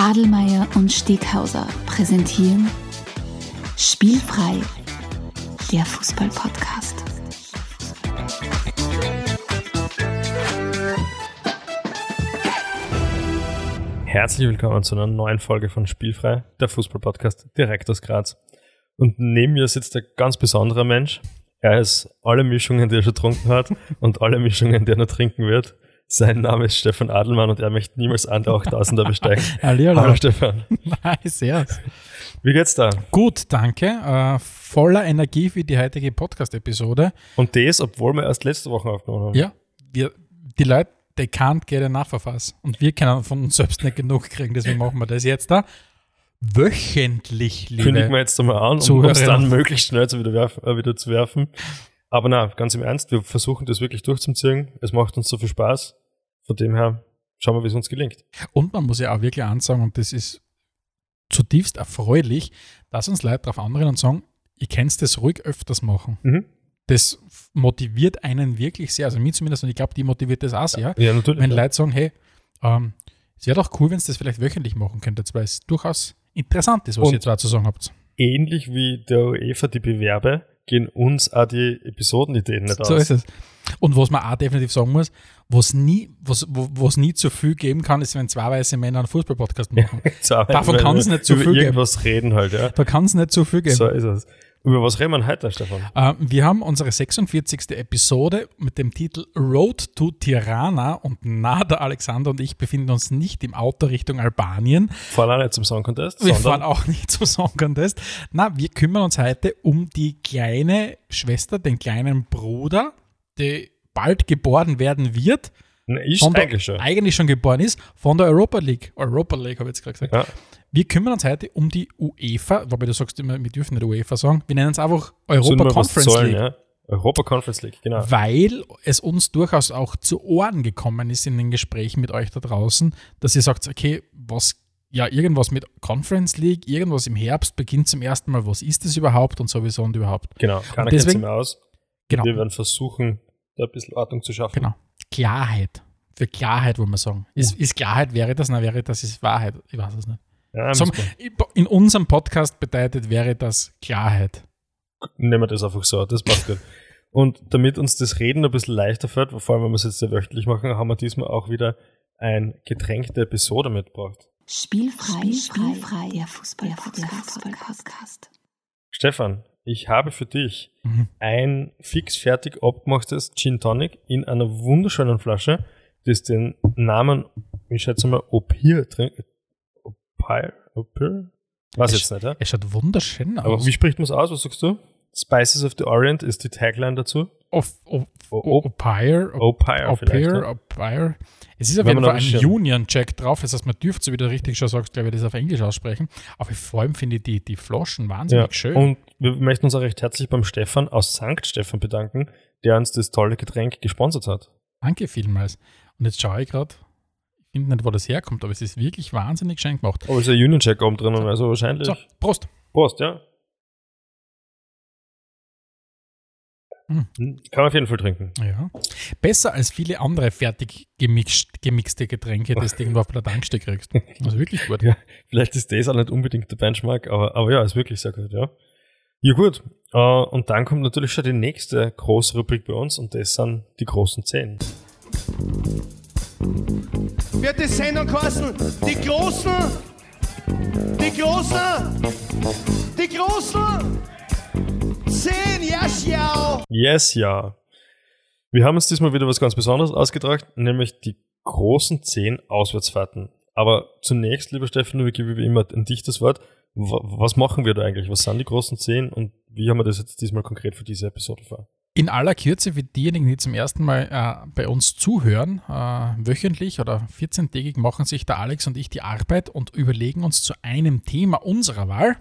Adelmeier und Steghauser präsentieren Spielfrei, der Fußball-Podcast. Herzlich willkommen zu einer neuen Folge von Spielfrei, der Fußball-Podcast direkt aus Graz. Und neben mir sitzt ein ganz besonderer Mensch. Er ist alle Mischungen, die er schon getrunken hat und alle Mischungen, die er noch trinken wird. Sein Name ist Stefan Adelmann und er möchte niemals andere 8000er besteigen. Hallo Stefan. Nice, ja. Wie geht's da? Gut, danke. Voller Energie für die heutige Podcast-Episode. Und das, obwohl wir erst letzte Woche aufgenommen haben. Ja, die Leute, they can't get enough of us. Und wir können von uns selbst nicht genug kriegen, deswegen machen wir das jetzt da. Wöchentlich, liebe Kündigen wir jetzt einmal an, um es dann möglichst schnell wieder zu werfen. Aber na, ganz im Ernst, wir versuchen das wirklich durchzuziehen. Es macht uns so viel Spaß. Von dem her schauen wir, wie es uns gelingt. Und man muss ja auch wirklich ansagen, und das ist zutiefst erfreulich, dass uns Leute darauf anreden und sagen, ihr könnt das ruhig öfters machen. Mhm. Das motiviert einen wirklich sehr, also mich zumindest, und ich glaube, die motiviert das auch sehr. Ja, natürlich. Wenn Leute sagen, hey, es wäre doch cool, wenn ihr das vielleicht wöchentlich machen könntet, weil es durchaus interessant ist, was und ihr zwar zu sagen habt. Ähnlich wie der UEFA die Bewerbe, gehen uns auch die Episodenideen nicht aus. So ist es. Und was man auch definitiv sagen muss, was nie zu viel geben kann, ist, wenn zwei weiße Männer einen Fußball-Podcast machen. Davon kann es nicht zu viel geben. Über irgendwas reden halt, ja. Da kann es nicht zu viel geben. So ist es. Über was reden wir heute, Stefan? Wir haben unsere 46. Episode mit dem Titel Road to Tirana und der Alexander und ich befinden uns nicht im Auto Richtung Albanien. Fahren auch nicht zum Song Contest. Wir fahren auch nicht zum Song Contest. Wir kümmern uns heute um die kleine Schwester, den kleinen Bruder, der bald geboren werden wird. Eigentlich schon geboren ist, von der Europa League. Europa League, habe ich jetzt gerade gesagt. Ja. Wir kümmern uns heute um die UEFA, wobei du sagst immer, wir dürfen nicht UEFA sagen, wir nennen es einfach Europa Conference League. Ja? Europa Conference League, genau. Weil es uns durchaus auch zu Ohren gekommen ist in den Gesprächen mit euch da draußen, dass ihr sagt, okay, irgendwas mit Conference League, irgendwas im Herbst beginnt zum ersten Mal, was ist das überhaupt und sowieso und überhaupt. Genau, keiner kennt sich mehr aus. Genau. Wir werden versuchen, da ein bisschen Ordnung zu schaffen. Genau. Klarheit. Für Klarheit, wollen wir sagen. Ist Klarheit Veritas? Na, Veritas ist Wahrheit. Ich weiß es nicht. Ja, in unserem Podcast bedeutet Veritas Klarheit. Nehmen wir das einfach so, das passt gut. Und damit uns das Reden ein bisschen leichter fällt, vor allem wenn wir es jetzt sehr wöchentlich machen, haben wir diesmal auch wieder ein Getränk der Episode mitgebracht. Spielfrei, der Fußball-Podcast. Stefan, ich habe für dich ein fix fertig abgemachtes Gin Tonic in einer wunderschönen Flasche, das den Namen, ich schätze mal, Opir trinkt. Opir? Weiß jetzt nicht, ja? Es schaut wunderschön aus. Aber wie spricht man es aus? Was sagst du? Spices of the Orient ist die Tagline dazu. Opire. Es ist auf jeden Fall ein Union-Check drauf, das heißt, man dürfte, so wie du richtig schon sagst, glaube ich, das auf Englisch aussprechen. Aber vor allem finde ich die Flaschen wahnsinnig schön. Und wir möchten uns auch recht herzlich beim Stefan aus St. Stefan bedanken, der uns das tolle Getränk gesponsert hat. Danke vielmals. Und jetzt schaue ich gerade, ich finde nicht, wo das herkommt, aber es ist wirklich wahnsinnig schön gemacht. Aber es ist ein Union-Check oben drin, also wahrscheinlich. So, Prost. Prost, ja. Kann man auf jeden Fall trinken. Ja. Besser als viele andere fertig gemixte Getränke, die du irgendwo auf der Tankstelle kriegst. Also wirklich gut. Ja, vielleicht ist das auch nicht unbedingt der Benchmark, aber ja, ist wirklich sehr gut, ja. Ja gut, und dann kommt natürlich schon die nächste große Rubrik bei uns und das sind die großen 10. Wird die Sendung kosten? Die Großen! 10, ja. Yes, ja. Wir haben uns diesmal wieder was ganz Besonderes ausgedacht, nämlich die großen 10 Auswärtsfahrten. Aber zunächst, lieber Stefan, ich gebe wie immer an dich das Wort. Was machen wir da eigentlich? Was sind die großen 10 und wie haben wir das jetzt diesmal konkret für diese Episode vor? In aller Kürze für diejenigen, die zum ersten Mal bei uns zuhören, wöchentlich oder 14-tägig machen sich der Alex und ich die Arbeit und überlegen uns zu einem Thema unserer Wahl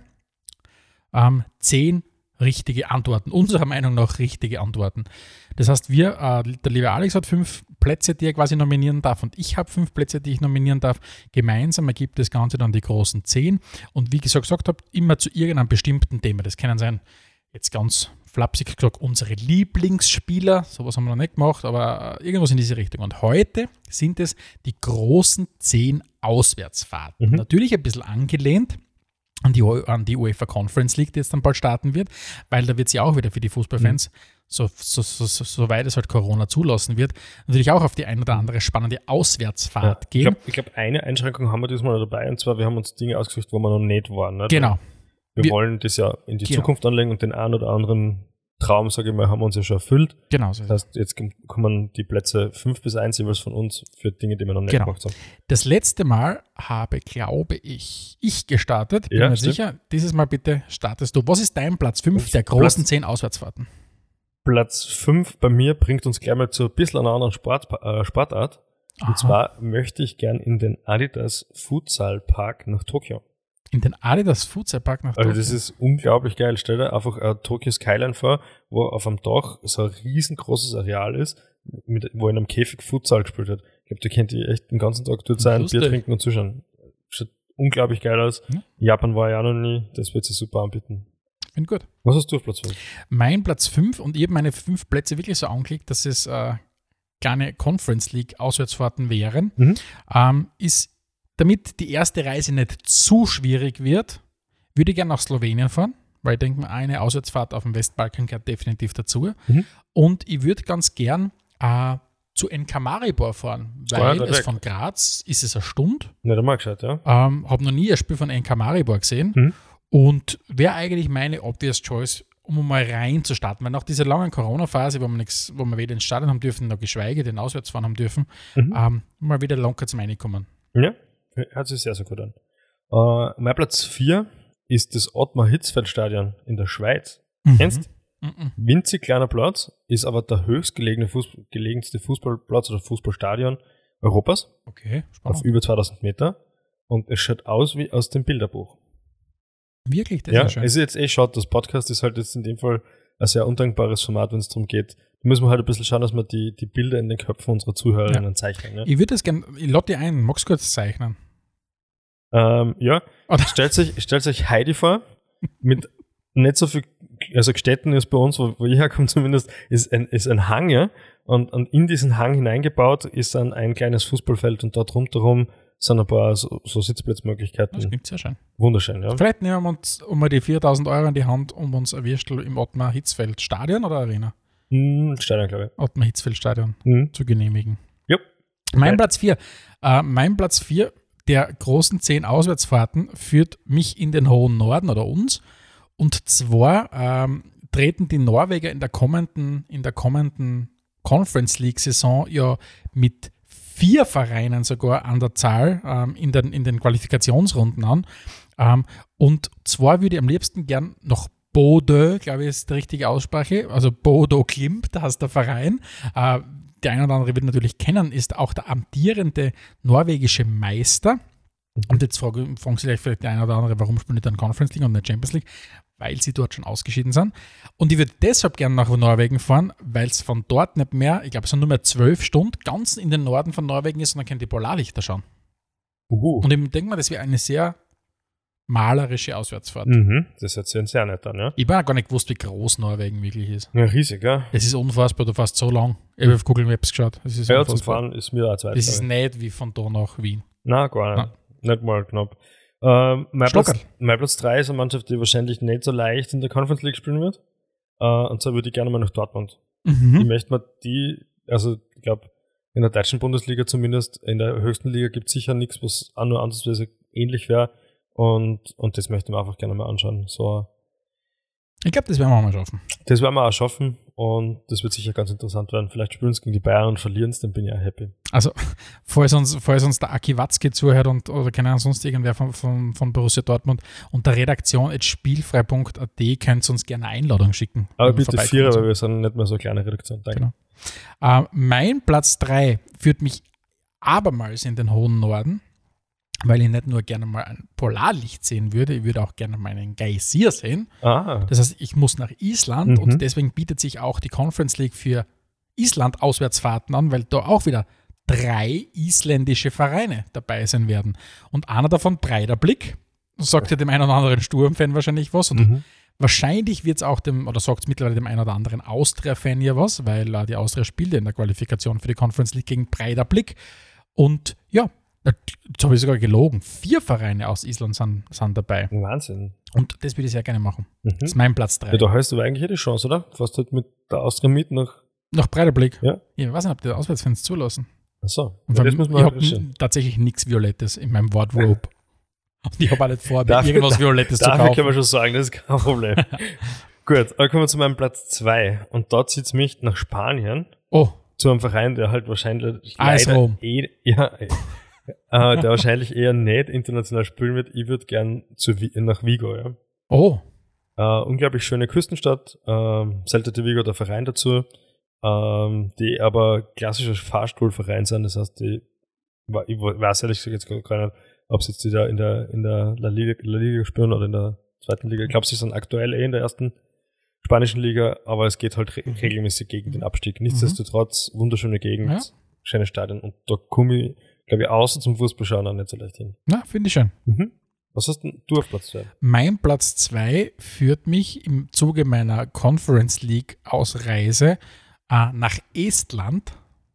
10 richtige Antworten, unserer Meinung nach richtige Antworten. Das heißt, der liebe Alex hat 5 Plätze, die er quasi nominieren darf und ich habe 5 Plätze, die ich nominieren darf. Gemeinsam ergibt das Ganze dann die großen 10 und wie gesagt habe, immer zu irgendeinem bestimmten Thema. Das können sein jetzt ganz flapsig gesagt, unsere Lieblingsspieler. Sowas haben wir noch nicht gemacht, aber irgendwas in diese Richtung. Und heute sind es die großen 10 Auswärtsfahrten. Natürlich ein bisschen angelehnt an die UEFA Conference League, die jetzt dann bald starten wird, weil da wird sie auch wieder für die Fußballfans, soweit es halt Corona zulassen wird, natürlich auch auf die ein oder andere spannende Auswärtsfahrt gehen. Ich glaube, eine Einschränkung haben wir diesmal dabei, und zwar, wir haben uns Dinge ausgesucht, wo wir noch nicht waren. Nicht? Genau. Wir wollen das ja in die Zukunft anlegen, und den einen oder anderen Traum, sage ich mal, haben wir uns ja schon erfüllt. Genau. Das heißt, jetzt kommen die Plätze 5 bis 1 jeweils von uns für Dinge, die wir noch nicht gemacht haben. Das letzte Mal habe, glaube ich gestartet. Bin mir sicher. Dieses Mal bitte startest du. Was ist dein Platz 5 der großen 10 Auswärtsfahrten? Platz 5 bei mir bringt uns gleich mal zu ein bisschen einer anderen Sportart. Und zwar möchte ich gern in den Adidas Futsal Park nach Tokio. In den Adidas Futsal Park nach Tokio? Also das ist unglaublich geil. Stell dir einfach Tokyo Skyline vor, wo auf einem Dach so ein riesengroßes Areal ist, wo in einem Käfig Futsal gespielt hat. Ich glaube, da könnt ihr echt den ganzen Tag dort sein, Bier trinken und zuschauen. Schaut unglaublich geil aus. Japan war ja auch noch nie. Das wird sich super anbieten. Finde gut. Was hast du auf Platz 5? Mein Platz 5, und ich habe meine 5 Plätze wirklich so angeklickt, dass es kleine Conference League Auswärtsfahrten wären, ist, damit die erste Reise nicht zu schwierig wird, würde ich gerne nach Slowenien fahren, weil ich denke, eine Auswärtsfahrt auf dem Westbalkan gehört definitiv dazu. Und ich würde ganz gern zu NK Maribor fahren, weil es von Graz ist es eine Stunde. Nicht einmal geschaut, ja. Habe noch nie ein Spiel von NK Maribor gesehen und wäre eigentlich meine obvious choice, um mal rein zu starten, weil nach dieser langen Corona-Phase, wo wir weder ins Stadion haben dürfen, noch geschweige den Auswärtsfahren haben dürfen, mal wieder locker zum Reinkommen. Ja. Hört sich sehr, sehr gut an. Mein Platz 4 ist das Ottmar-Hitzfeld-Stadion in der Schweiz. Kennst du? Winzig kleiner Platz, ist aber der höchstgelegenste Fußballplatz oder Fußballstadion Europas. Okay, spannend. Auf über 2000 Meter. Und es schaut aus wie aus dem Bilderbuch. Wirklich? Das ist schön. Es ist jetzt schade, das Podcast ist halt jetzt in dem Fall ein sehr undankbares Format, wenn es darum geht. Da müssen wir halt ein bisschen schauen, dass wir die Bilder in den Köpfen unserer Zuhörerinnen zeichnen. Ja? Ich würde das gerne, ich lade dich ein, magst du kurz zeichnen? Ja. Stellt euch Heidi vor, mit nicht so viel, also Gstetten ist bei uns, wo ich herkomme zumindest, ist ein Hang, ja, und in diesen Hang hineingebaut ist dann ein kleines Fußballfeld, und dort rundherum sind ein paar so Sitzplatzmöglichkeiten. Das klingt sehr schön. Wunderschön, ja. Vielleicht nehmen wir uns mal die 4.000 € in die Hand, um uns ein Würstel im Ottmar-Hitzfeld Stadion oder Arena? Stadion, glaube ich. Ottmar-Hitzfeld Stadion zu genehmigen. Yep. Mein Platz 4 der großen 10 Auswärtsfahrten führt mich in den hohen Norden oder uns. Und zwar treten die Norweger in der kommenden Conference League Saison ja mit 4 Vereinen sogar an der Zahl in den Qualifikationsrunden an. Und zwar würde ich am liebsten gern nach Bodø, glaube ich, ist die richtige Aussprache, also Bodø Glimt, da heißt der Verein. Der eine oder andere wird natürlich kennen, ist auch der amtierende norwegische Meister. Und jetzt fragen Sie vielleicht der eine oder andere, warum spielen die dann Conference League und nicht Champions League? Weil sie dort schon ausgeschieden sind. Und ich würde deshalb gerne nach Norwegen fahren, weil es von dort nicht mehr, ich glaube, es sind nur mehr 12 Stunden, ganz in den Norden von Norwegen ist, und dann können die Polarlichter schauen. Und ich denke mal, das wäre eine sehr malerische Auswärtsfahrt. Das hört sich sehr nett an, ja. Ich habe gar nicht gewusst, wie groß Norwegen wirklich ist. Ja, riesig, ja. Es ist unfassbar, du fährst so lang. Ich habe auf Google Maps geschaut. Es ist zum Fahren ist mir auch Zeit. Das ist nicht wie von da nach Wien. Nein, gar nicht. Nicht mal knapp. Mein Platz 3 ist eine Mannschaft, die wahrscheinlich nicht so leicht in der Conference League spielen wird. Und zwar würde ich gerne mal nach Dortmund. Ich möchte mal ich glaube, in der deutschen Bundesliga zumindest, in der höchsten Liga gibt es sicher nichts, was auch nur ansatzweise ähnlich wäre. Und das möchte man einfach gerne mal anschauen. So. Ich glaube, das werden wir auch mal schaffen. Das werden wir auch schaffen, und das wird sicher ganz interessant werden. Vielleicht spielen sie gegen die Bayern und verlieren es, dann bin ich auch happy. Also, falls uns der Aki Watzke zuhört oder keine Ahnung, sonst irgendwer von Borussia Dortmund und der Redaktion @spielfrei.at, könnt ihr uns gerne eine Einladung schicken. Aber bitte 4, weil wir sind nicht mehr so eine kleine Redaktion. Danke. Genau. Mein Platz 3 führt mich abermals in den hohen Norden, weil ich nicht nur gerne mal ein Polarlicht sehen würde, ich würde auch gerne mal einen Geysir sehen. Das heißt, ich muss nach Island, und deswegen bietet sich auch die Conference League für Island-Auswärtsfahrten an, weil da auch wieder 3 isländische Vereine dabei sein werden. Und einer davon, Breiðablik, sagt ja dem einen oder anderen Sturm-Fan wahrscheinlich was. Und Wahrscheinlich wird es auch sagt es mittlerweile dem einen oder anderen Austria-Fan ja was, weil die Austria spielte in der Qualifikation für die Conference League gegen Breiðablik. Und ja, jetzt habe ich sogar gelogen. 4 Vereine aus Island sind dabei. Wahnsinn. Und das würde ich sehr gerne machen. Das ist mein Platz 3. Ja, da hast du eigentlich die Chance, oder? Fast halt mit der Austria mit nach Breiðablik. Ja. Ich weiß nicht, ob die Auswärtsfans zulassen. Achso. Ja, das muss man ich habe tatsächlich nichts Violettes in meinem Wardrobe. Und ich habe auch nicht vor, mir irgendwas Violettes zu kaufen. Dafür kann man schon sagen, das ist kein Problem. Gut, dann kommen wir zu meinem Platz 2. Und dort zieht es mich nach Spanien. Oh. Zu einem Verein, der halt wahrscheinlich Rom. der wahrscheinlich eher nicht international spielen wird. Ich würde gern nach Vigo, ja. Oh. Unglaublich schöne Küstenstadt. Celta de Vigo, der Verein dazu. Die aber klassischer Fahrstuhlverein sind. Das heißt, ich weiß ehrlich gesagt jetzt gar nicht, ob sie jetzt wieder in der La Liga spielen oder in der zweiten Liga. Ich glaube, sie sind aktuell in der ersten spanischen Liga, aber es geht halt regelmäßig gegen den Abstieg. Nichtsdestotrotz, wunderschöne Gegend, schöne Stadien und da komme ich, glaube ich, außer zum Fußballschauen auch nicht so leicht hin. Na, finde ich schön. Was hast denn du auf Platz 2? Mein Platz 2 führt mich im Zuge meiner Conference League Ausreise nach Estland.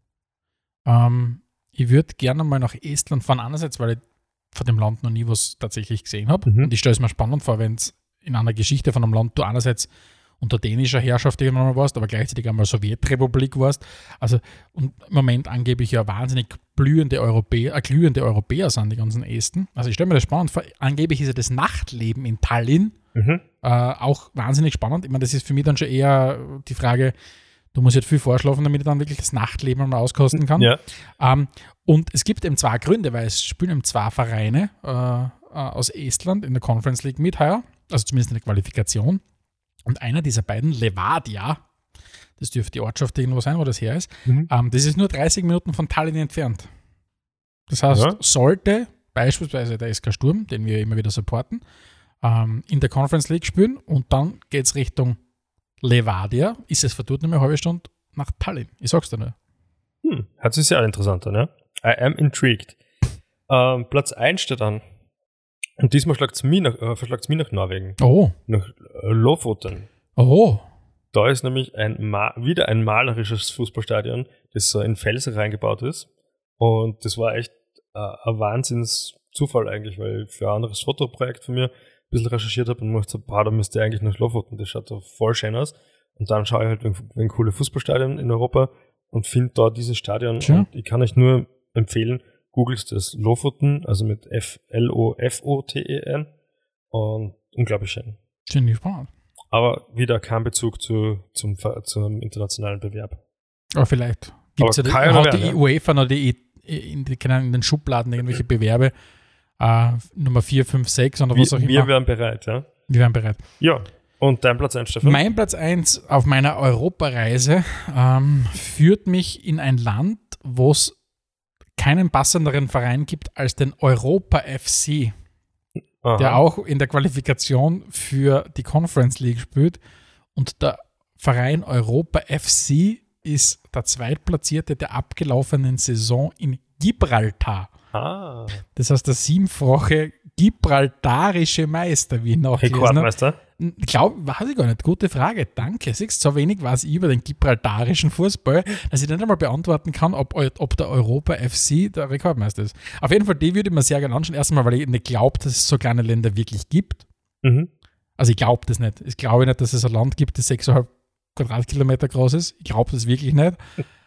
Ich würde gerne mal nach Estland fahren, einerseits, weil ich von dem Land noch nie was tatsächlich gesehen habe. Und ich stelle es mir spannend vor, wenn es in einer Geschichte von einem Land du einerseits unter dänischer Herrschaft irgendwann mal warst, aber gleichzeitig einmal Sowjetrepublik warst. Also, und im Moment angeblich ja wahnsinnig glühende Europäer sind, die ganzen Esten. Also ich stelle mir das spannend vor. Angeblich ist ja das Nachtleben in Tallinn auch wahnsinnig spannend. Ich meine, das ist für mich dann schon eher die Frage, du musst jetzt viel vorschlafen, damit ich dann wirklich das Nachtleben mal auskosten kann. Ja. Und es gibt eben 2 Gründe, weil es spielen eben 2 Vereine aus Estland in der Conference League mit heuer, also zumindest in der Qualifikation. Und einer dieser beiden, Levadia, das dürfte die Ortschaft irgendwo sein, wo das her ist, das ist nur 30 Minuten von Tallinn entfernt. Das heißt, sollte beispielsweise der SK Sturm, den wir immer wieder supporten, in der Conference League spielen und dann geht es Richtung Levadia, ist es verdurrt nicht mehr eine halbe Stunde nach Tallinn. Ich sag's dir nur. Hört sich sehr interessant an, ja? I am intrigued. Platz 1 steht an. Und diesmal verschlagt es mich nach Norwegen. Oh. Nach Lofoten. Oh. Da ist nämlich wieder ein malerisches Fußballstadion, das so in Felsen reingebaut ist. Und das war echt ein Wahnsinnszufall eigentlich, weil ich für ein anderes Fotoprojekt von mir ein bisschen recherchiert habe und mir gedacht habe, da müsste eigentlich nach Lofoten, das schaut da voll schön aus. Und dann schaue ich halt wegen coole Fußballstadien in Europa und finde da dieses Stadion. Sure. Und ich kann euch nur empfehlen, googelst das Lofoten, also mit Lofoten und unglaublich schön. Ziemlich spannend. Aber wieder kein Bezug zum internationalen Bewerb. Aber vielleicht gibt es die UEFA noch in den Schubladen irgendwelche Bewerbe, Nummer 4, 5, 6 oder was auch immer. Wir wären bereit, ja. Wir wären bereit. Ja, und dein Platz 1, Stefan? Mein Platz 1 auf meiner Europareise führt mich in ein Land, wo es keinen passenderen Verein gibt als den Europa FC, der auch in der Qualifikation für die Conference League spielt. Und der Verein Europa FC ist der Zweitplatzierte der abgelaufenen Saison in Gibraltar. Das heißt, der 7-fache gibraltarische Meister, wie ich nachgelesen habe. Rekordmeister? Weiß ich gar nicht. Gute Frage. Danke. Siehst du, so wenig weiß ich über den gibraltarischen Fußball, dass ich nicht einmal beantworten kann, ob der Europa FC der Rekordmeister ist. Auf jeden Fall, die würde ich mir sehr gerne anschauen. Erstmal, weil ich nicht glaube, dass es so kleine Länder wirklich gibt. Also ich glaube das nicht. Ich glaube nicht, dass es ein Land gibt, das 6,5 Quadratkilometer groß ist. Ich glaube das wirklich nicht.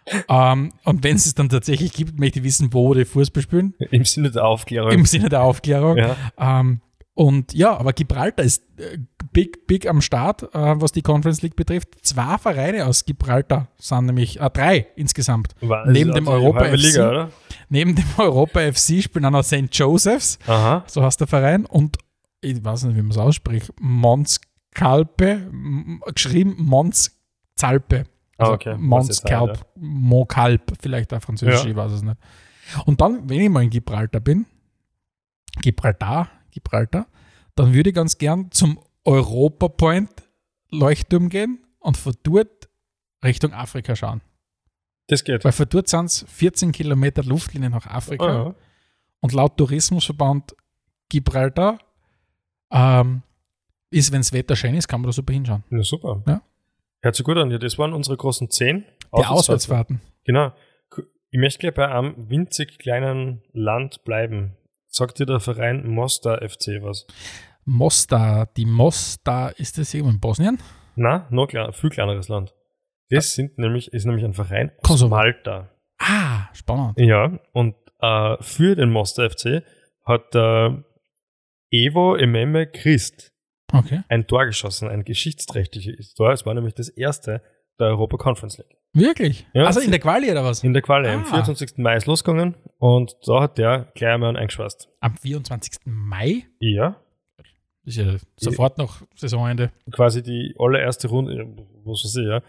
Und wenn es dann tatsächlich gibt, möchte ich wissen, wo die Fußball spielen. Im Sinne der Aufklärung. Ja. Und ja, aber Gibraltar ist big am Start, was die Conference League betrifft. 2 Vereine aus Gibraltar sind nämlich, 3 insgesamt. Neben dem Europa FC. Liga, oder? Neben dem Europa FC spielen auch noch St. Joseph's, so heißt der Verein. Und ich weiß nicht, wie man es ausspricht, Mons Calpe, geschrieben Mons Calpe. Also Mons Calpe, Mo Calpe, vielleicht auch französisch, ich weiß es nicht. Und dann, wenn ich mal in Gibraltar bin, Gibraltar, dann würde ich ganz gern zum Europa Point Leuchtturm gehen und von dort Richtung Afrika schauen. Das geht. Weil von dort sind es 14 Kilometer Luftlinie nach Afrika. Und laut Tourismusverband Gibraltar ist, wenn das Wetter schön ist, kann man da super hinschauen. Ja, super. Ja. Hört sich gut an. Ja, das waren unsere großen 10 Die Auswärtsfahrten. Genau. Ich möchte gleich bei einem winzig kleinen Land bleiben. Sagt dir der Verein Mostar FC was? Mostar, ist das irgendwo in Bosnien? Nein, noch viel kleineres Land. Das ist nämlich ein Verein aus Malta. Ah, spannend. Ja, und für den Mostar FC hat Evo Ememe Christ ein Tor geschossen, ein geschichtsträchtiges Tor. Es war nämlich das erste der Europa Conference League. Wirklich? Ja, also in der Quali oder was? In der Quali. Am 24. Mai ist losgegangen und da hat der gleich einmal eingeschweißt. Am 24. Mai? Ja. Das ist ja sofort nach Saisonende. Quasi die allererste Runde, was weiß ich, ja.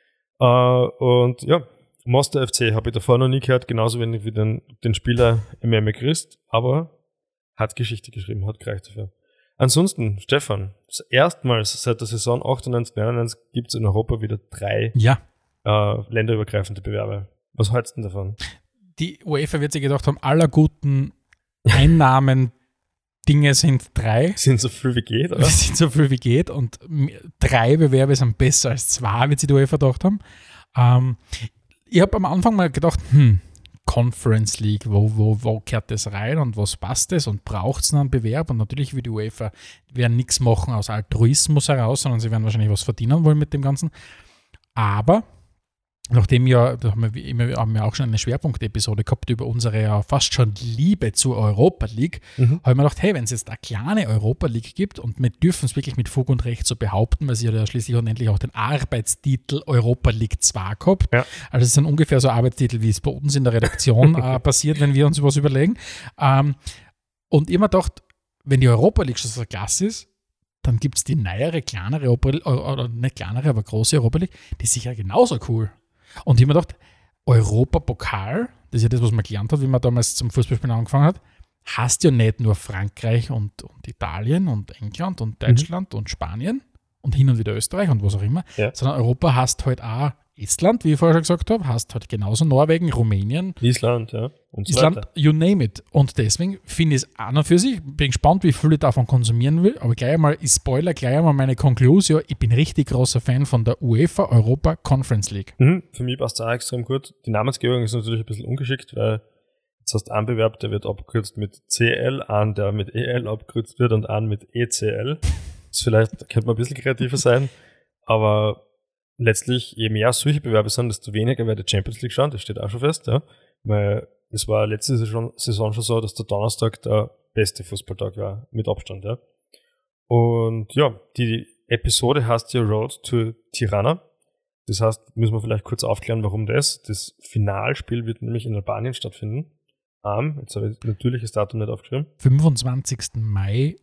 Und ja, Mostar FC habe ich davor noch nie gehört, genauso wenig wie den Spieler Ememe Christ, aber hat Geschichte geschrieben, hat gereicht dafür. Ansonsten, Stefan, erstmals seit der Saison 98/99 gibt es in Europa wieder 3 länderübergreifende Bewerbe. Was hältst du denn davon? Die UEFA wird sich gedacht haben, aller guten Einnahmen Dinge sind 3. Sind so viel wie geht, oder? Sind so viel wie geht und 3 Bewerbe sind besser als 2, wird sich die UEFA gedacht haben. Ich habe am Anfang mal gedacht, Conference League, wo kehrt das rein und was passt das und braucht es noch einen Bewerb? Und natürlich will die UEFA werden nichts machen aus Altruismus heraus, sondern sie werden wahrscheinlich was verdienen wollen mit dem Ganzen. Aber nachdem da haben wir auch schon eine Schwerpunktepisode gehabt über unsere fast schon Liebe zur Europa League, habe ich mir gedacht, hey, wenn es jetzt eine kleine Europa League gibt und wir dürfen es wirklich mit Fug und Recht so behaupten, weil sie ja schließlich und endlich auch den Arbeitstitel Europa League 2 gehabt. Ja. Also es sind ungefähr so Arbeitstitel, wie es bei uns in der Redaktion passiert, wenn wir uns was überlegen. Und ich habe mir gedacht, wenn die Europa League schon so klasse ist, dann gibt es die neuere, kleinere Europa League, oder nicht kleinere, aber große Europa League, die ist sicher genauso cool. Und ich habe mir gedacht, Europapokal, das ist ja das, was man gelernt hat, wie man damals zum Fußballspielen angefangen hat, hast ja nicht nur Frankreich und Italien und England und Deutschland und Spanien und hin und wieder Österreich und was auch immer, sondern Europa hast halt auch Estland, wie ich vorher schon gesagt habe, hast halt genauso Norwegen, Rumänien, Island, ja. Und so Island, weiter. You name it. Und deswegen finde ich es an und für sich, bin gespannt, wie viel ich davon konsumieren will, aber gleich einmal meine Konklusion, ich bin richtig großer Fan von der UEFA Europa Conference League. Für mich passt es auch extrem gut. Die Namensgebung ist natürlich ein bisschen ungeschickt, weil jetzt hast du einen Bewerb, der wird abgekürzt mit CL, einen, der mit EL abgekürzt wird und einen mit ECL. Vielleicht könnte man ein bisschen kreativer sein, aber letztlich, je mehr solche Bewerbe sind, desto weniger wird die Champions League schauen, das steht auch schon fest, ja. Weil es war letzte Saison schon so, dass der Donnerstag der beste Fußballtag war, mit Abstand, ja. Und ja, die Episode heißt ja Road to Tirana. Das heißt, müssen wir vielleicht kurz aufklären, warum das. Das Finalspiel wird nämlich in Albanien stattfinden. Jetzt habe ich natürlich das Datum nicht aufgeschrieben. 25. Mai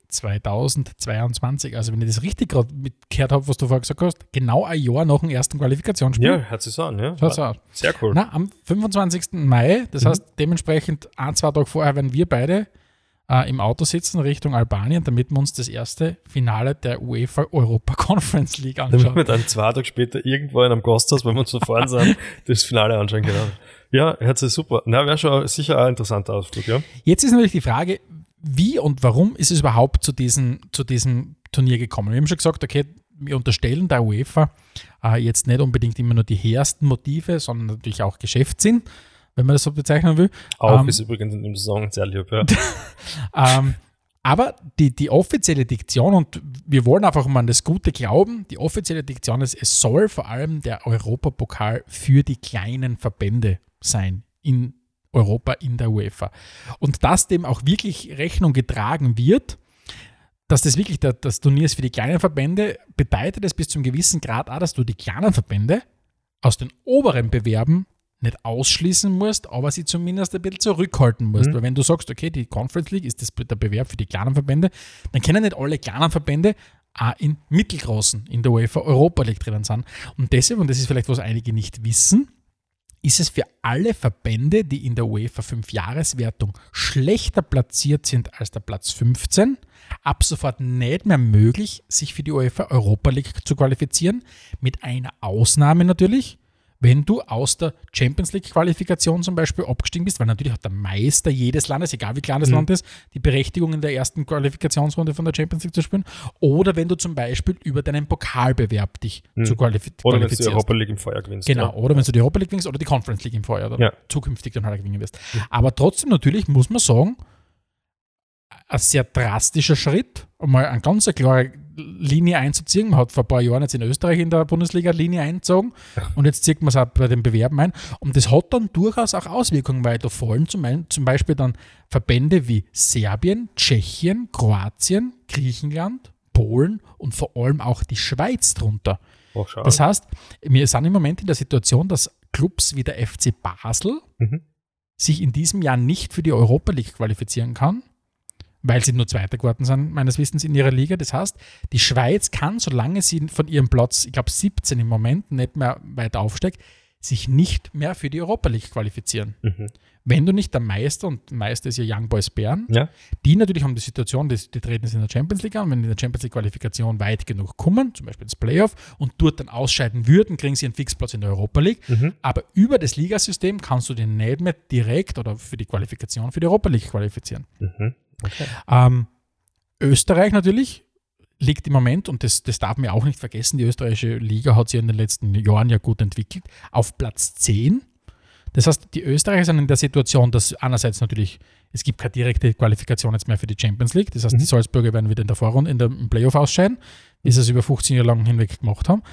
2022. Also wenn ich das richtig gerade mitgehört habe, was du vorher gesagt hast, genau ein Jahr nach dem ersten Qualifikationsspiel. Ja, hört sich so an, ja. Schaut so aus. Sehr cool. Am 25. Mai, das heißt dementsprechend 1-2 Tage vorher, werden wir beide im Auto sitzen Richtung Albanien, damit wir uns das erste Finale der UEFA Europa Conference League anschauen. Damit wir dann 2 Tage später irgendwo in einem Gasthaus, wenn wir uns verfahren sind, das Finale anschauen können. Ja, hört sich super. Na, wäre schon sicher ein interessanter Ausflug, ja. Jetzt ist natürlich die Frage, wie und warum ist es überhaupt zu diesem Turnier gekommen? Wir haben schon gesagt, okay, wir unterstellen der UEFA jetzt nicht unbedingt immer nur die hehresten Motive, sondern natürlich auch Geschäftssinn, wenn man das so bezeichnen will. Auch ist übrigens in dem Song sehr lieb, ja. Aber die offizielle Diktion, und wir wollen einfach mal an das Gute glauben, die offizielle Diktion ist, es soll vor allem der Europapokal für die kleinen Verbände sein in Europa, in der UEFA. Und dass dem auch wirklich Rechnung getragen wird, dass das wirklich das Turnier ist für die kleinen Verbände, bedeutet es bis zum gewissen Grad auch, dass du die kleinen Verbände aus den oberen Bewerben nicht ausschließen musst, aber sie zumindest ein bisschen zurückhalten musst. Weil wenn du sagst, okay, die Conference League ist der Bewerb für die kleinen Verbände, dann können nicht alle kleinen Verbände auch in mittelgroßen, in der UEFA Europa League drinnen sein. Und deshalb, und das ist vielleicht, was einige nicht wissen, ist es für alle Verbände, die in der UEFA 5-Jahreswertung schlechter platziert sind als der Platz 15, ab sofort nicht mehr möglich, sich für die UEFA Europa League zu qualifizieren, mit einer Ausnahme natürlich. wenn du aus der Champions League-Qualifikation zum Beispiel abgestiegen bist, weil natürlich hat der Meister jedes Landes, egal wie klein das Land ist, die Berechtigung in der ersten Qualifikationsrunde von der Champions League zu spielen. Oder wenn du zum Beispiel über deinen Pokalbewerb dich zu qualifizierst. Oder wenn du die Europa League im Vorjahr gewinnst. Genau, oder wenn du die Europa League gewinnst oder die Conference League im Vorjahr oder zukünftig dann halt gewinnen wirst. Aber trotzdem natürlich muss man sagen, ein sehr drastischer Schritt, um mal eine ganz klare Linie einzuziehen. Man hat vor ein paar Jahren jetzt in Österreich in der Bundesliga eine Linie eingezogen und jetzt zieht man es auch bei den Bewerben ein. Und das hat dann durchaus auch Auswirkungen, weil da fallen zum Beispiel dann Verbände wie Serbien, Tschechien, Kroatien, Griechenland, Polen und vor allem auch die Schweiz drunter. Das heißt, wir sind im Moment in der Situation, dass Clubs wie der FC Basel sich in diesem Jahr nicht für die Europa League qualifizieren kann, weil sie nur Zweiter geworden sind, meines Wissens, in ihrer Liga. Das heißt, die Schweiz kann, solange sie von ihrem Platz, ich glaube 17 im Moment, nicht mehr weiter aufsteigt, sich nicht mehr für die Europa League qualifizieren. Wenn du nicht der Meister, und Meister ist ja Young Boys Bern, die natürlich haben die Situation, die treten jetzt in der Champions League an, wenn die in der Champions League Qualifikation weit genug kommen, zum Beispiel ins Playoff, und dort dann ausscheiden würden, kriegen sie einen Fixplatz in der Europa League. Aber über das Ligasystem kannst du den nicht mehr direkt oder für die Qualifikation für die Europa League qualifizieren. Okay. Österreich natürlich liegt im Moment, und das darf man auch nicht vergessen, die österreichische Liga hat sich in den letzten Jahren ja gut entwickelt, auf Platz 10. Das heißt, die Österreicher sind in der Situation, dass einerseits natürlich, es gibt keine direkte Qualifikation jetzt mehr für die Champions League, das heißt, die Salzburger werden wieder in der Vorrunde, im Playoff ausscheiden, wie sie es über 15 Jahre lang hinweg gemacht haben.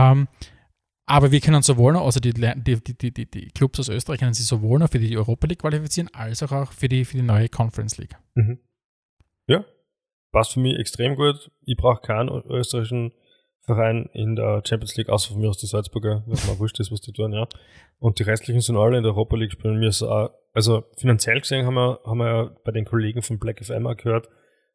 Aber wir können sowohl noch, also die Clubs aus Österreich können sich sowohl noch für die Europa League qualifizieren, als auch für die neue Conference League. Ja, passt für mich extrem gut. Ich brauche keinen österreichischen Verein in der Champions League, außer von mir aus die Salzburger, was mir wurscht ist, was die tun, ja. Und die restlichen sind alle in der Europa League spielen. Mir ist auch, also finanziell gesehen haben wir ja bei den Kollegen von Black FM auch gehört,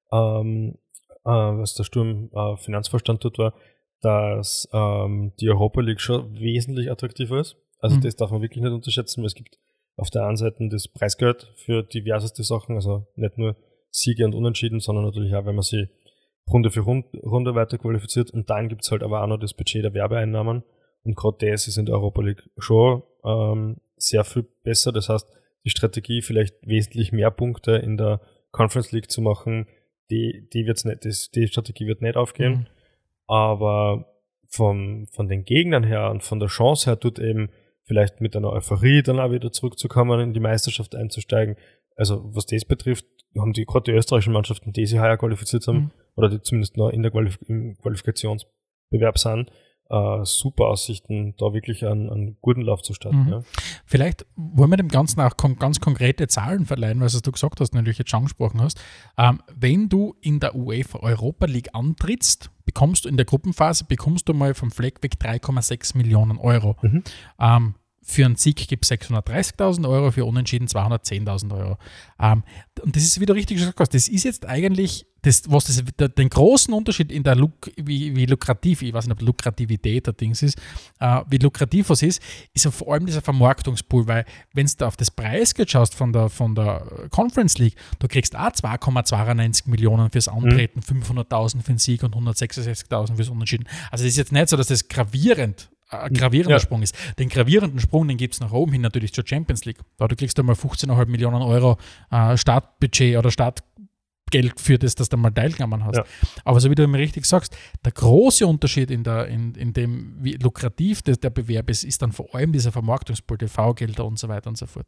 was der Sturm Finanzvorstand dort war, dass die Europa League schon wesentlich attraktiver ist. Also das darf man wirklich nicht unterschätzen, weil es gibt auf der einen Seite das Preisgeld für diverseste Sachen, also nicht nur Siege und Unentschieden, sondern natürlich auch, wenn man sie Runde für Runde weiter qualifiziert. Und dann gibt es halt aber auch noch das Budget der Werbeeinnahmen. Und gerade das ist in der Europa League schon sehr viel besser. Das heißt, die Strategie, vielleicht wesentlich mehr Punkte in der Conference League zu machen, die Strategie wird nicht aufgehen. Aber von den Gegnern her und von der Chance her, dort eben vielleicht mit einer Euphorie dann auch wieder zurückzukommen, in die Meisterschaft einzusteigen. Also was das betrifft, haben gerade die österreichischen Mannschaften, die sich heuer qualifiziert haben, oder die zumindest noch in der im Qualifikationsbewerb sind, super Aussichten, da wirklich einen guten Lauf zu starten. Ja. Vielleicht wollen wir dem Ganzen auch ganz konkrete Zahlen verleihen, weil du gesagt hast, natürlich jetzt schon angesprochen hast. Wenn du in der UEFA Europa League antrittst, bekommst du mal vom Fleck weg 3,6 Millionen Euro. Für einen Sieg gibt es 630.000 Euro, für Unentschieden 210.000 Euro. Und das ist, wie du richtig gesagt hast, das ist jetzt eigentlich den großen Unterschied in der wie lukrativ, ich weiß nicht, ob Lukrativität der Dings ist, wie lukrativ was ist vor allem dieser Vermarktungspool, weil wenn du da auf das Preisgeld schaust von der Conference League, du kriegst auch 2,92 Millionen fürs Antreten, 500.000 für den Sieg und 166.000 fürs Unentschieden. Also das ist jetzt nicht so, dass das ein gravierender Sprung ist. Den gravierenden Sprung, den gibt es nach oben hin natürlich zur Champions League. Da du kriegst du mal 15,5 Millionen Euro Startbudget oder Startgeld für das, dass du mal teilgenommen hast. Ja. Aber so wie du immer richtig sagst, der große Unterschied in dem, wie lukrativ der Bewerb ist dann vor allem dieser Vermarktungspool, TV-Gelder und so weiter und so fort.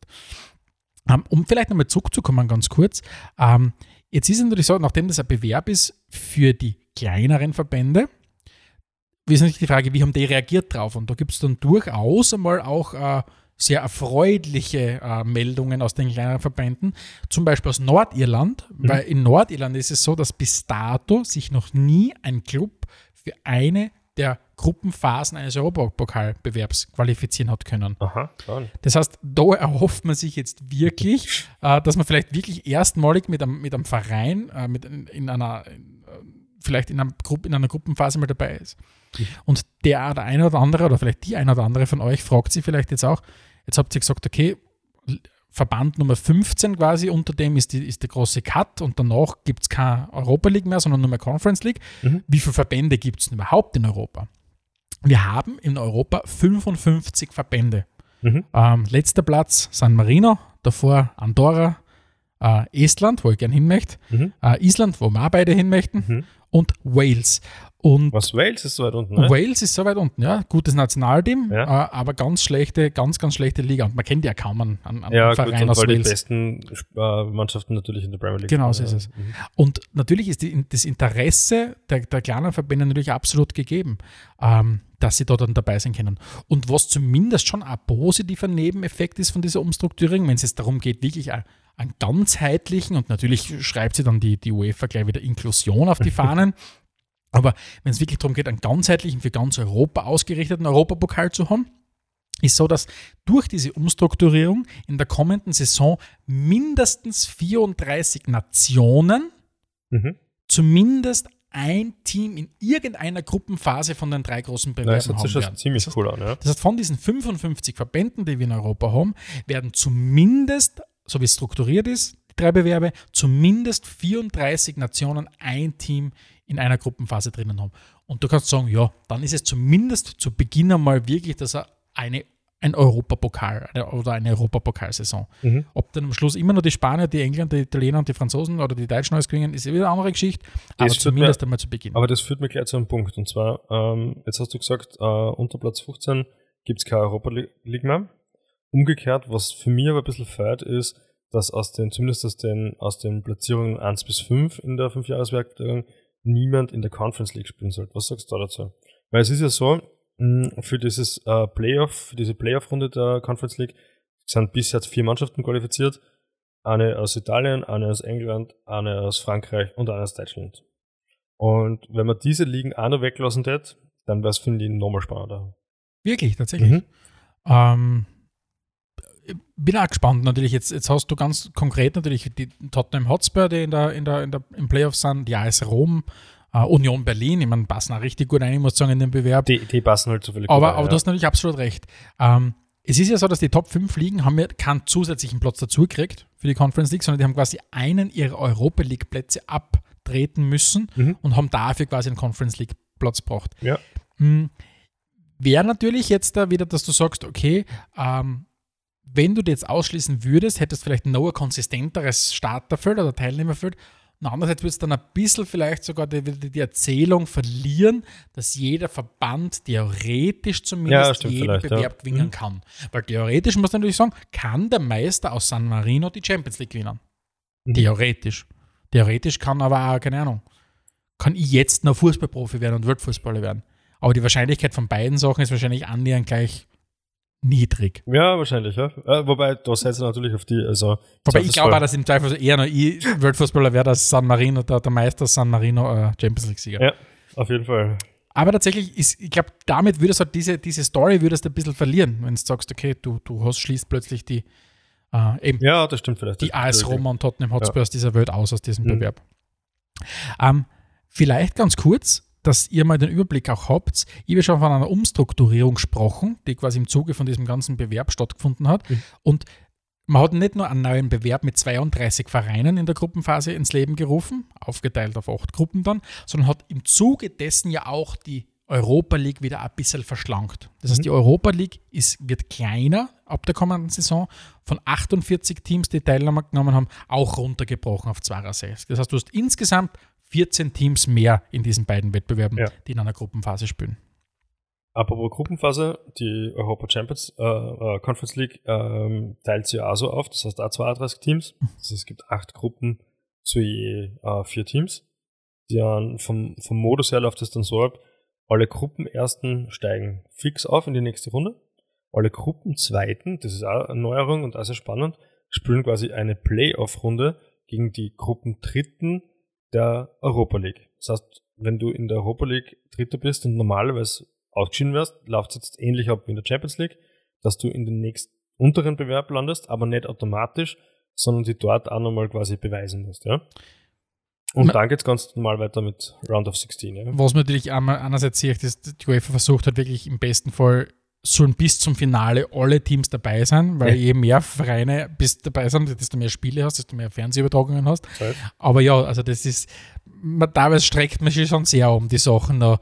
Um vielleicht nochmal zurückzukommen, ganz kurz. Jetzt ist es natürlich so, nachdem das ein Bewerb ist für die kleineren Verbände, ist natürlich die Frage, wie haben die reagiert drauf? Und da gibt es dann durchaus einmal auch sehr erfreuliche Meldungen aus den kleineren Verbänden, zum Beispiel aus Nordirland, weil in Nordirland ist es so, dass bis dato sich noch nie ein Club für eine der Gruppenphasen eines Europapokalbewerbs qualifizieren hat können. Aha, klar. Das heißt, da erhofft man sich jetzt wirklich, dass man vielleicht wirklich erstmalig mit einem Verein, vielleicht in einer Gruppenphase mal dabei ist. Und der eine oder andere oder vielleicht die eine oder andere von euch fragt sich vielleicht jetzt auch, jetzt habt ihr gesagt, okay, Verband Nummer 15 quasi, unter dem ist der große Cut und danach gibt es keine Europa League mehr, sondern nur mehr Conference League. Wie viele Verbände gibt es denn überhaupt in Europa? Wir haben in Europa 55 Verbände. Letzter Platz San Marino, davor Andorra, Estland, wo ich gern hin möchte, Island, wo wir auch beide hin möchten, und Wales. Und was, Wales ist so weit unten? Ne? Wales ist so weit unten, ja. Gutes Nationalteam, aber ganz schlechte Liga. Und man kennt ja kaum einen Verein aus Wales. Die besten Mannschaften natürlich in der Premier League. Genau, so ist es. Und natürlich ist das Interesse der kleinen Verbände natürlich absolut gegeben, dass sie dort dann dabei sein können. Und was zumindest schon ein positiver Nebeneffekt ist von dieser Umstrukturierung, wenn es jetzt darum geht, wirklich einen ganzheitlichen, und natürlich schreibt sie dann die UEFA gleich wieder Inklusion auf die Fahnen, aber wenn es wirklich darum geht, einen ganzheitlichen, für ganz Europa ausgerichteten Europapokal zu haben, ist so, dass durch diese Umstrukturierung in der kommenden Saison mindestens 34 Nationen zumindest ein Team in irgendeiner Gruppenphase von den 3 großen Bewerben haben werden. Das ziemlich cool an, ja. Das heißt, von diesen 55 Verbänden, die wir in Europa haben, werden zumindest, so wie es strukturiert ist, die 3 Bewerbe, zumindest 34 Nationen ein Team in einer Gruppenphase drinnen haben. Und du kannst sagen, ja, dann ist es zumindest zu Beginn einmal wirklich, dass ein Europapokal oder eine Europapokalsaison. Ob dann am Schluss immer noch die Spanier, die Engländer, die Italiener und die Franzosen oder die Deutschen alles gewinnen, ist wieder eine andere Geschichte, aber zumindest einmal zu Beginn. Aber das führt mir gleich zu einem Punkt, und zwar, jetzt hast du gesagt, unter Platz 15 gibt es keine Europa League mehr. Umgekehrt, was für mich aber ein bisschen feiert, ist, dass zumindest aus den Platzierungen 1 bis 5 in der 5-Jahres-Wertung niemand in der Conference League spielen sollte. Was sagst du dazu? Weil es ist ja so, für diese Playoff-Runde der Conference League sind bisher 4 Mannschaften qualifiziert. Eine aus Italien, eine aus England, eine aus Frankreich und eine aus Deutschland. Und wenn man diese Ligen auch noch weglassen hätte, dann wäre es, finde ich, nochmal spannender. Wirklich, tatsächlich. Bin auch gespannt natürlich. Jetzt hast du ganz konkret natürlich die Tottenham Hotspur, die im Playoff sind, die AS Rom, Union Berlin, ich meine, passen auch richtig gut rein, ich muss sagen, in den Bewerb. Die passen halt zufällig gut rein, aber du hast natürlich absolut recht. Es ist ja so, dass die Top 5 Ligen haben ja keinen zusätzlichen Platz dazu gekriegt für die Conference League, sondern die haben quasi einen ihrer Europa League Plätze abtreten müssen und haben dafür quasi einen Conference League Platz gebraucht. Ja. Wäre natürlich jetzt da wieder, dass du sagst, okay, wenn du dir jetzt ausschließen würdest, hättest du vielleicht noch ein konsistenteres Starterfeld oder Teilnehmerfeld. Und andererseits würdest du dann ein bisschen vielleicht sogar die Erzählung verlieren, dass jeder Verband theoretisch zumindest jeden Bewerb gewinnen kann. Weil theoretisch, muss man natürlich sagen, kann der Meister aus San Marino die Champions League gewinnen. Theoretisch. Theoretisch kann aber auch, keine Ahnung, kann ich jetzt noch Fußballprofi werden und Weltfußballer werden. Aber die Wahrscheinlichkeit von beiden Sachen ist wahrscheinlich annähernd gleich niedrig. Ja, wahrscheinlich, ja. Wobei, da setzt du natürlich auf die, also... Wobei ich glaube auch, dass im Zweifel eher noch ich Weltfußballer wäre, als San Marino, der Meister San Marino Champions League-Sieger. Ja, auf jeden Fall. Aber tatsächlich ist, ich glaube, damit würdest du halt diese Story würdest du ein bisschen verlieren, wenn du sagst, okay, du schließt plötzlich die eben ja, das stimmt vielleicht. Die AS Roma und Tottenham Hotspurs dieser Welt aus diesem Bewerb. Vielleicht ganz kurz, dass ihr mal den Überblick auch habt. Ich habe schon von einer Umstrukturierung gesprochen, die quasi im Zuge von diesem ganzen Bewerb stattgefunden hat. Und man hat nicht nur einen neuen Bewerb mit 32 Vereinen in der Gruppenphase ins Leben gerufen, aufgeteilt auf 8 Gruppen dann, sondern hat im Zuge dessen ja auch die Europa League wieder ein bisschen verschlankt. Das heißt, die Europa League wird kleiner ab der kommenden Saison, von 48 Teams, die Teilnahme genommen haben, auch runtergebrochen auf 62. Das heißt, du hast insgesamt 14 Teams mehr in diesen beiden Wettbewerben, die in einer Gruppenphase spielen. Apropos Gruppenphase, die Europa Champions Conference League teilt sie auch so auf, das heißt auch 32 Teams. Das heißt, es gibt 8 Gruppen zu je 4 Teams. Vom Modus her läuft es dann so ab, alle Gruppenersten steigen fix auf in die nächste Runde. Alle Gruppenzweiten, das ist auch eine Neuerung und auch sehr spannend, spielen quasi eine Playoff-Runde gegen die Gruppendritten der Europa League. Das heißt, wenn du in der Europa League Dritter bist und normalerweise ausgeschieden wärst, läuft es jetzt ähnlich ab wie in der Champions League, dass du in den nächsten unteren Bewerb landest, aber nicht automatisch, sondern die dort auch nochmal quasi beweisen musst. Ja? Und dann geht es ganz normal weiter mit Round of 16. Ja? Was man natürlich einerseits sieht, ist, die UEFA versucht halt wirklich im besten Fall sollen bis zum Finale alle Teams dabei sein, weil je mehr Vereine bis dabei sind, desto mehr Spiele hast, desto mehr Fernsehübertragungen hast. Aber ja, also das ist, teilweise streckt man sich schon sehr um die Sachen noch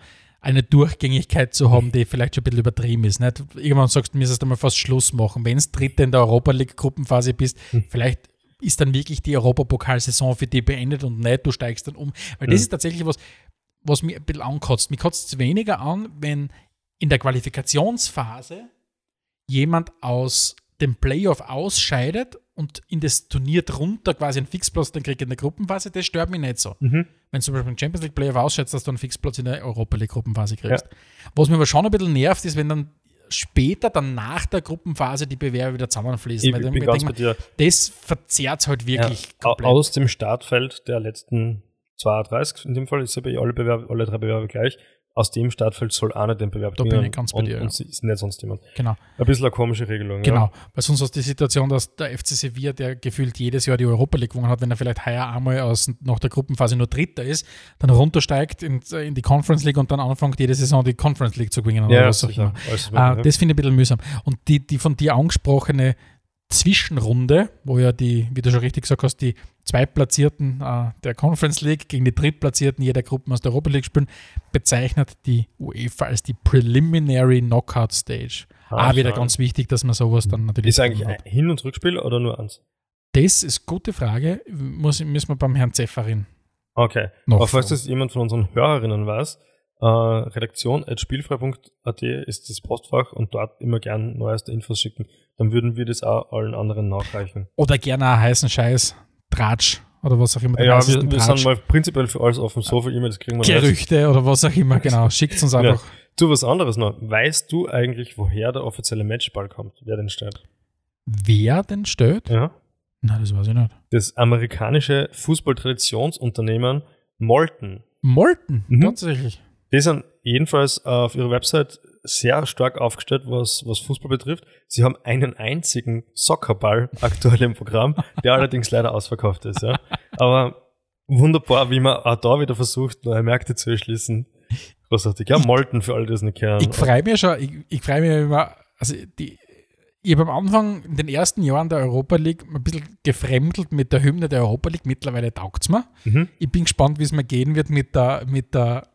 eine Durchgängigkeit zu haben, die vielleicht schon ein bisschen übertrieben ist. Nicht? Irgendwann sagst du, müsstest du mal fast Schluss machen. Wenn du Dritter in der Europa-League-Gruppenphase bist, vielleicht ist dann wirklich die Europapokalsaison für dich beendet und nicht, du steigst dann um. Weil das ist tatsächlich was mich ein bisschen ankotzt. Mich kotzt es weniger an, wenn in der Qualifikationsphase jemand aus dem Playoff ausscheidet und in das Turnier drunter quasi einen Fixplatz dann kriegt in der Gruppenphase, das stört mich nicht so. Wenn du zum Beispiel im Champions League Playoff ausscheidest, dass du einen Fixplatz in der Europa League Gruppenphase kriegst. Ja. Was mich aber schon ein bisschen nervt, ist, wenn dann später, dann nach der Gruppenphase, die Bewerber wieder zusammenfließen. Ich bin ganz bei dir. Das verzerrt es halt wirklich komplett. Aus dem Startfeld der letzten 32, in dem Fall ist ja bei alle drei Bewerber gleich. Aus dem Startfeld soll einer den Bewerb bringen. Da bin ich ganz bei dir. Und ist nicht sonst jemand. Genau. Ein bisschen eine komische Regelung. Genau, weil sonst hast du die Situation, dass der FC Sevilla, der gefühlt jedes Jahr die Europa League gewonnen hat, wenn er vielleicht heuer einmal nach der Gruppenphase nur Dritter ist, dann runtersteigt in die Conference League und dann anfängt jede Saison die Conference League zu gewinnen. Ja, das finde ich ein bisschen mühsam. Und die von dir angesprochene Zwischenrunde, wo ja wie du schon richtig gesagt hast, die Zweitplatzierten der Conference League gegen die Drittplatzierten jeder Gruppen aus der Europa League spielen, bezeichnet die UEFA als die Preliminary Knockout Stage. Wieder ganz wichtig, dass man sowas dann natürlich... Ist eigentlich ein Hin- und Rückspiel oder nur eins? Das ist eine gute Frage. Müssen wir beim Herrn Zefferin. Okay. Aber falls das jemand von unseren Hörerinnen weiß, redaktion@spielfrei.at ist das Postfach und dort immer gern neueste Infos schicken. Dann würden wir das auch allen anderen nachreichen. Oder gerne einen heißen Scheiß, Tratsch oder was auch immer. Ja, wir sind mal prinzipiell für alles offen. So viele E-Mails kriegen wir Gerüchte nicht. Oder was auch immer, genau. Schickt uns einfach. Ja. Du, was anderes noch. Weißt du eigentlich, woher der offizielle Matchball kommt? Wer den stellt? Wer den stellt? Ja. Nein, das weiß ich nicht. Das amerikanische Fußballtraditionsunternehmen Molten. Molten? Tatsächlich. Die sind jedenfalls auf ihrer Website sehr stark aufgestellt, was Fußball betrifft. Sie haben einen einzigen Soccerball aktuell im Programm, der allerdings leider ausverkauft ist. Ja. Aber wunderbar, wie man auch da wieder versucht, neue Märkte zu erschließen. Großartig. Ja, Molten für alle, die das nicht kennen. Ich freue mich schon, ich freue mich immer, also ich habe am Anfang in den ersten Jahren der Europa League ein bisschen gefremdelt mit der Hymne der Europa League. Mittlerweile taugt es mir. Ich bin gespannt, wie es mir gehen wird mit der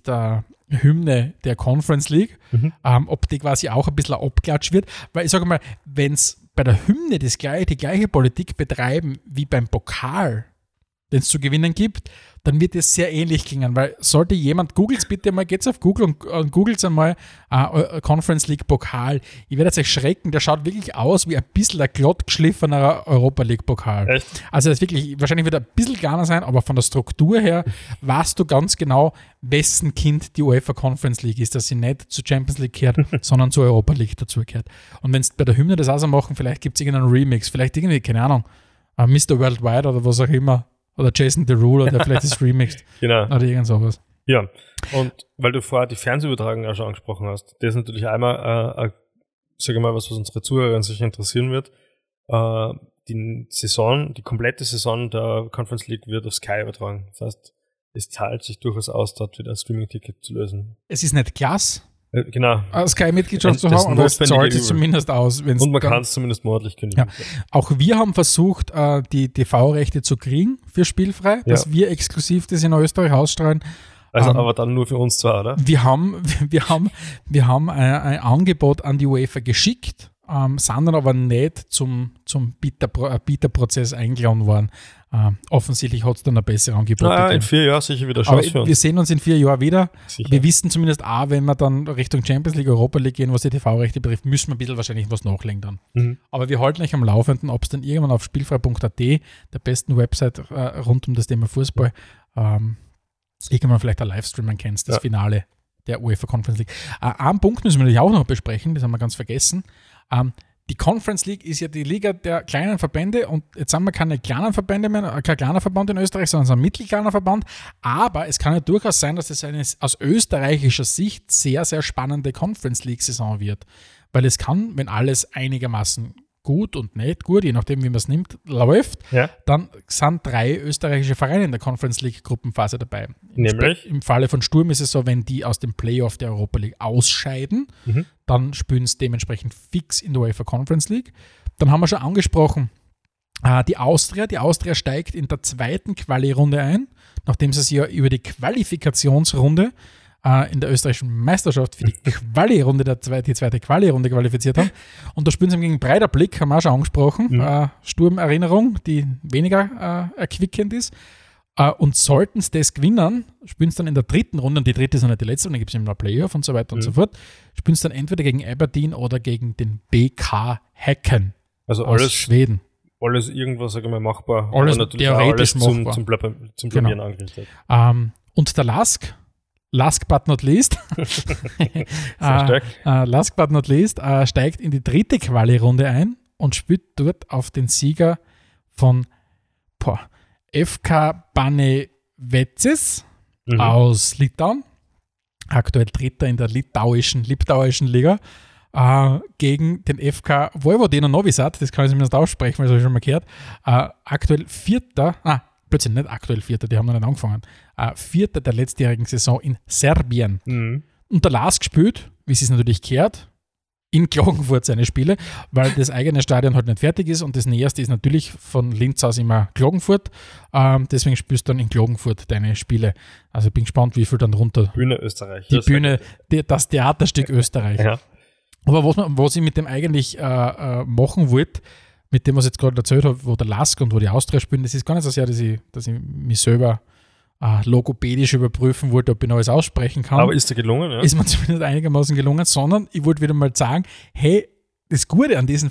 Hymne der Conference League, ob die quasi auch ein bisschen abklatscht wird. Weil ich sage mal, wenn es bei der Hymne die gleiche Politik betreiben wie beim Pokal, den es zu gewinnen gibt, dann wird es sehr ähnlich klingen, weil sollte jemand, googelt es bitte mal, geht's auf Google und googelt einmal Conference League Pokal. Ich werde jetzt erschrecken, der schaut wirklich aus wie ein bisschen ein glatt geschliffener Europa League Pokal. Echt? Also das ist wirklich, wahrscheinlich wird er ein bisschen kleiner sein, aber von der Struktur her weißt du ganz genau, wessen Kind die UEFA Conference League ist, dass sie nicht zur Champions League gehört, sondern zur Europa League dazugehört. Und wenn es bei der Hymne das auch so machen, vielleicht gibt es irgendeinen Remix, vielleicht irgendwie, keine Ahnung, Mr. Worldwide oder was auch immer. Oder Jason Derulo, der vielleicht ist remixed. Genau. Oder irgend sowas. Ja, und weil du vorher die Fernsehübertragung auch schon angesprochen hast, das ist natürlich einmal, sage ich mal, was unsere Zuhörer sicher interessieren wird. Die komplette Saison der Conference League wird auf Sky übertragen. Das heißt, es zahlt sich durchaus aus, dort wieder ein Streaming-Ticket zu lösen. Es ist nicht klasse, genau. Sky-Mitgliedschaft zu haben, aber es zahlt sich zumindest aus. Und man kann es zumindest monatlich kündigen. Ja. Auch wir haben versucht, die TV-Rechte zu kriegen für Spielfrei, dass wir exklusiv das in Österreich ausstrahlen. Also aber dann nur für uns zwar, oder? Wir haben ein Angebot an die UEFA geschickt, sind dann aber nicht zum Bieterprozess eingeladen worden. Offensichtlich hat es dann ein besseres Angebot gegeben. In 4 Jahren sicher wieder Chance für uns. Wir sehen uns in 4 Jahren wieder. Sicher. Wir wissen zumindest auch, wenn wir dann Richtung Champions League, Europa League gehen, was die TV-Rechte betrifft, müssen wir ein bisschen wahrscheinlich was nachlegen dann. Aber wir halten euch am Laufenden, ob es dann irgendwann auf spielfrei.at, der besten Website rund um das Thema Fußball, irgendwann vielleicht ein Livestream kennst, das Finale der UEFA Conference League. Einen Punkt müssen wir natürlich auch noch besprechen, das haben wir ganz vergessen. Die Conference League ist ja die Liga der kleinen Verbände und jetzt haben wir keine kleinen Verbände mehr, kein kleiner Verband in Österreich, sondern ein mittelkleiner Verband. Aber es kann ja durchaus sein, dass es eine aus österreichischer Sicht sehr, sehr spannende Conference League-Saison wird. Weil es kann, wenn alles einigermaßen gut und nicht gut, je nachdem, wie man es nimmt, läuft, dann sind 3 österreichische Vereine in der Conference League Gruppenphase dabei. Nämlich? Im Falle von Sturm ist es so, wenn die aus dem Playoff der Europa League ausscheiden, dann spielen sie dementsprechend fix in der UEFA Conference League. Dann haben wir schon angesprochen, die Austria steigt in der zweiten Quali-Runde ein, nachdem sie sich ja über die Qualifikationsrunde in der österreichischen Meisterschaft für die Quali-Runde, die zweite Quali-Runde qualifiziert haben. Und da spielen sie gegen Breidablik, haben wir auch schon angesprochen. Sturmerinnerung, die weniger erquickend ist. Und sollten sie das gewinnen, spielen sie dann in der dritten Runde, und die dritte ist noch nicht die letzte, und dann gibt es immer noch Playoff und so weiter und so fort, spielen sie dann entweder gegen Aberdeen oder gegen den BK Häcken aus Schweden. Alles irgendwas, sage ich mal, machbar. Alles natürlich theoretisch alles machbar. Zum Blamieren angerichtet. Und der last but not least, last but not least, steigt in die dritte Quali-Runde ein und spielt dort auf den Sieger von FK Banevecis aus Litauen, aktuell Dritter in der litauischen Liga, gegen den FK Vojvodina Novi Sad, das kann ich zumindest aussprechen, weil das habe ich schon mal gehört, aktuell Vierter, plötzlich nicht aktuell Vierter, die haben noch nicht angefangen, Vierter der letztjährigen Saison in Serbien. Und der Lask spielt, wie es natürlich gehört, in Klagenfurt seine Spiele, weil das eigene Stadion halt nicht fertig ist, und das Näherste ist natürlich von Linz aus immer Klagenfurt. Deswegen spielst du dann in Klagenfurt deine Spiele. Also ich bin gespannt, wie viel dann runter. Bühne Österreich. Das Theaterstück Österreich. Ja. Aber was ich mit dem eigentlich machen wollte, mit dem, was ich jetzt gerade erzählt habe, wo der Lask und wo die Austria spielen, das ist gar nicht so sehr, dass ich mich selber logopädisch überprüfen wollte, ob ich noch alles aussprechen kann. Aber ist dir gelungen, ja? Ist mir zumindest einigermaßen gelungen, sondern ich wollte wieder mal sagen, hey, das Gute an diesen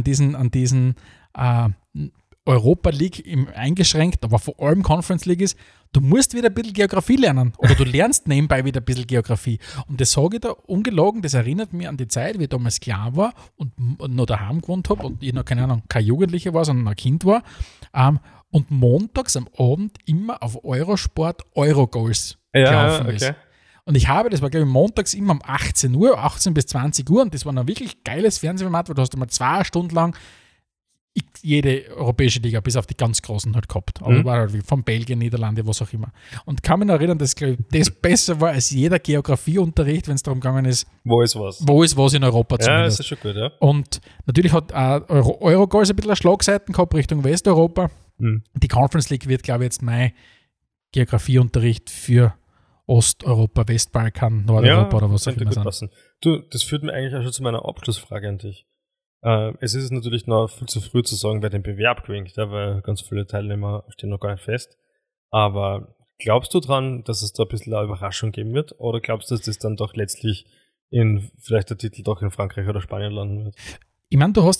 Europa League im eingeschränkt, aber vor allem Conference League ist, du musst wieder ein bisschen Geografie lernen oder du lernst nebenbei wieder ein bisschen Geografie. Und das sage ich da ungelogen, das erinnert mich an die Zeit, wie ich damals klein war und noch daheim gewohnt habe und ich noch, keine Ahnung, kein Jugendlicher war, sondern ein Kind war. Und montags am Abend immer auf Eurosport Eurogoals gelaufen ist. Und ich habe, das war glaube ich montags immer um 18 bis 20 Uhr, und das war ein wirklich geiles Fernsehformat, weil du hast einmal 2 Stunden lang jede europäische Liga, bis auf die ganz Großen halt gehabt. Aber war halt wie von Belgien, Niederlande, was auch immer. Und kann mich noch erinnern, dass das besser war als jeder Geografieunterricht, wenn es darum gegangen ist, wo ist was in Europa zumindest. Ja, das ist schon gut, ja. Und natürlich hat Eurogoals ein bisschen eine Schlagseiten gehabt Richtung Westeuropa. Die Conference League wird, glaube ich, jetzt mein Geografieunterricht für Osteuropa, Westbalkan, Nordeuropa oder was auch immer sein. Du, das führt mir eigentlich auch schon zu meiner Abschlussfrage an dich. Es ist natürlich noch viel zu früh zu sagen, wer den Bewerb gewinnt, ja, weil ganz viele Teilnehmer stehen noch gar nicht fest. Aber glaubst du dran, dass es da ein bisschen eine Überraschung geben wird? Oder glaubst du, dass das dann doch letztlich vielleicht der Titel doch in Frankreich oder Spanien landen wird? Ich meine, du hast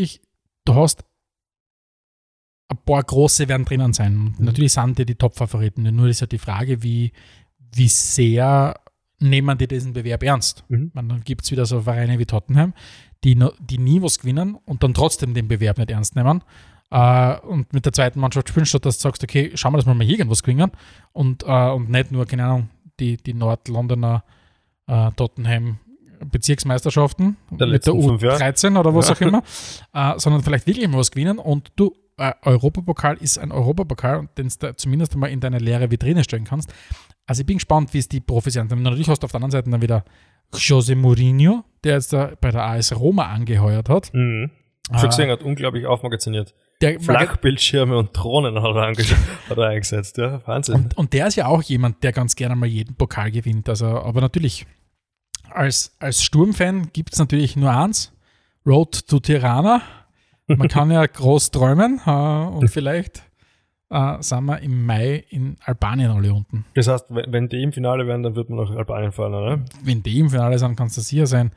ein paar große werden drinnen sein. Natürlich sind die Top-Favoriten. Nur ist ja die Frage, wie sehr nehmen die diesen Bewerb ernst. Dann gibt es wieder so Vereine wie Tottenham, die nie was gewinnen und dann trotzdem den Bewerb nicht ernst nehmen. Und mit der zweiten Mannschaft spielen, statt dass du sagst, okay, schauen wir, dass wir mal irgendwas gewinnen. Und nicht nur, keine Ahnung, die Nord-Londoner Tottenham Bezirksmeisterschaften mit der U13 oder was auch immer, sondern vielleicht wirklich mal was gewinnen. Und du, Europapokal ist ein Europapokal, den du zumindest einmal in deine leere Vitrine stellen kannst. Also ich bin gespannt, wie es die Profis sind. Natürlich hast du auf der anderen Seite dann wieder José Mourinho, der jetzt bei der AS Roma angeheuert hat. Schon gesehen, hat unglaublich aufmagaziniert. Flachbildschirme und Drohnen hat er eingesetzt. Ja, Wahnsinn. Und der ist ja auch jemand, der ganz gerne mal jeden Pokal gewinnt. Also, aber natürlich, als Sturmfan gibt es natürlich nur eins, Road to Tirana. Man kann ja groß träumen und vielleicht sind wir im Mai in Albanien alle unten. Das heißt, wenn die im Finale wären, dann wird man nach Albanien fahren, oder? Wenn die im Finale sind, kannst du sicher sein.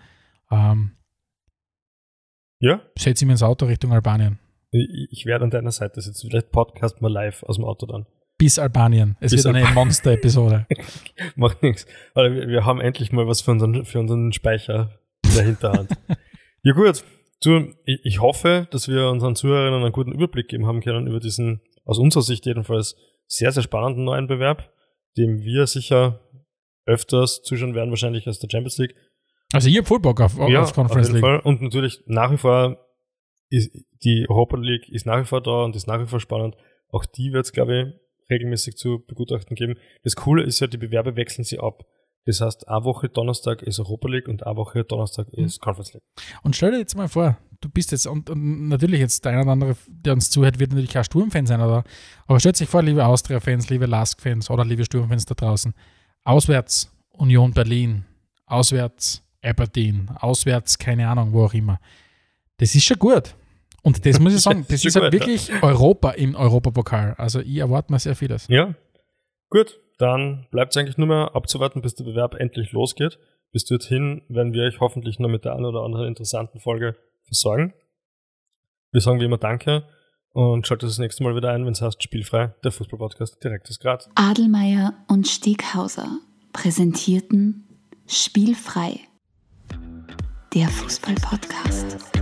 Setze ich mir ins Auto Richtung Albanien. Ich werde an deiner Seite sitzen. Vielleicht podcast mal live aus dem Auto dann. Bis Albanien. Es wird eine Monster-Episode. Macht nichts. Aber wir haben endlich mal was für unseren Speicher in der Hinterhand. Ja gut. Du, ich hoffe, dass wir unseren Zuhörern einen guten Überblick geben haben können über diesen, aus unserer Sicht jedenfalls, sehr, sehr spannenden neuen Bewerb, dem wir sicher öfters zuschauen werden, wahrscheinlich als der Champions League. Also ich habe voll Bock auf Conference League. Fall. Und natürlich nach wie vor ist die Europa League ist nach wie vor da und ist nach wie vor spannend. Auch die wird es, glaube ich, regelmäßig zu begutachten geben. Das Coole ist ja, die Bewerbe wechseln sie ab. Das heißt, eine Woche Donnerstag ist Europa League und eine Woche Donnerstag ist Conference League. Und stell dir jetzt mal vor, du bist jetzt, und natürlich jetzt der eine oder andere, der uns zuhört, wird natürlich kein Sturmfan sein, aber stellt sich vor, liebe Austria-Fans, liebe Lask-Fans oder liebe Sturmfans da draußen, auswärts Union Berlin, auswärts Aberdeen, auswärts keine Ahnung, wo auch immer. Das ist schon gut. Und das muss ich sagen, das ist halt wirklich Europa im Europapokal. Also ich erwarte mir sehr vieles. Ja, gut. Dann bleibt es eigentlich nur mehr abzuwarten, bis der Bewerb endlich losgeht. Bis dorthin werden wir euch hoffentlich noch mit der einen oder anderen interessanten Folge versorgen. Wir sagen wie immer Danke und schaltet das nächste Mal wieder ein, wenn es heißt Spielfrei, der Fußball-Podcast direkt aus Graz. Adelmeier und Steghauser präsentierten Spielfrei, der Fußball-Podcast.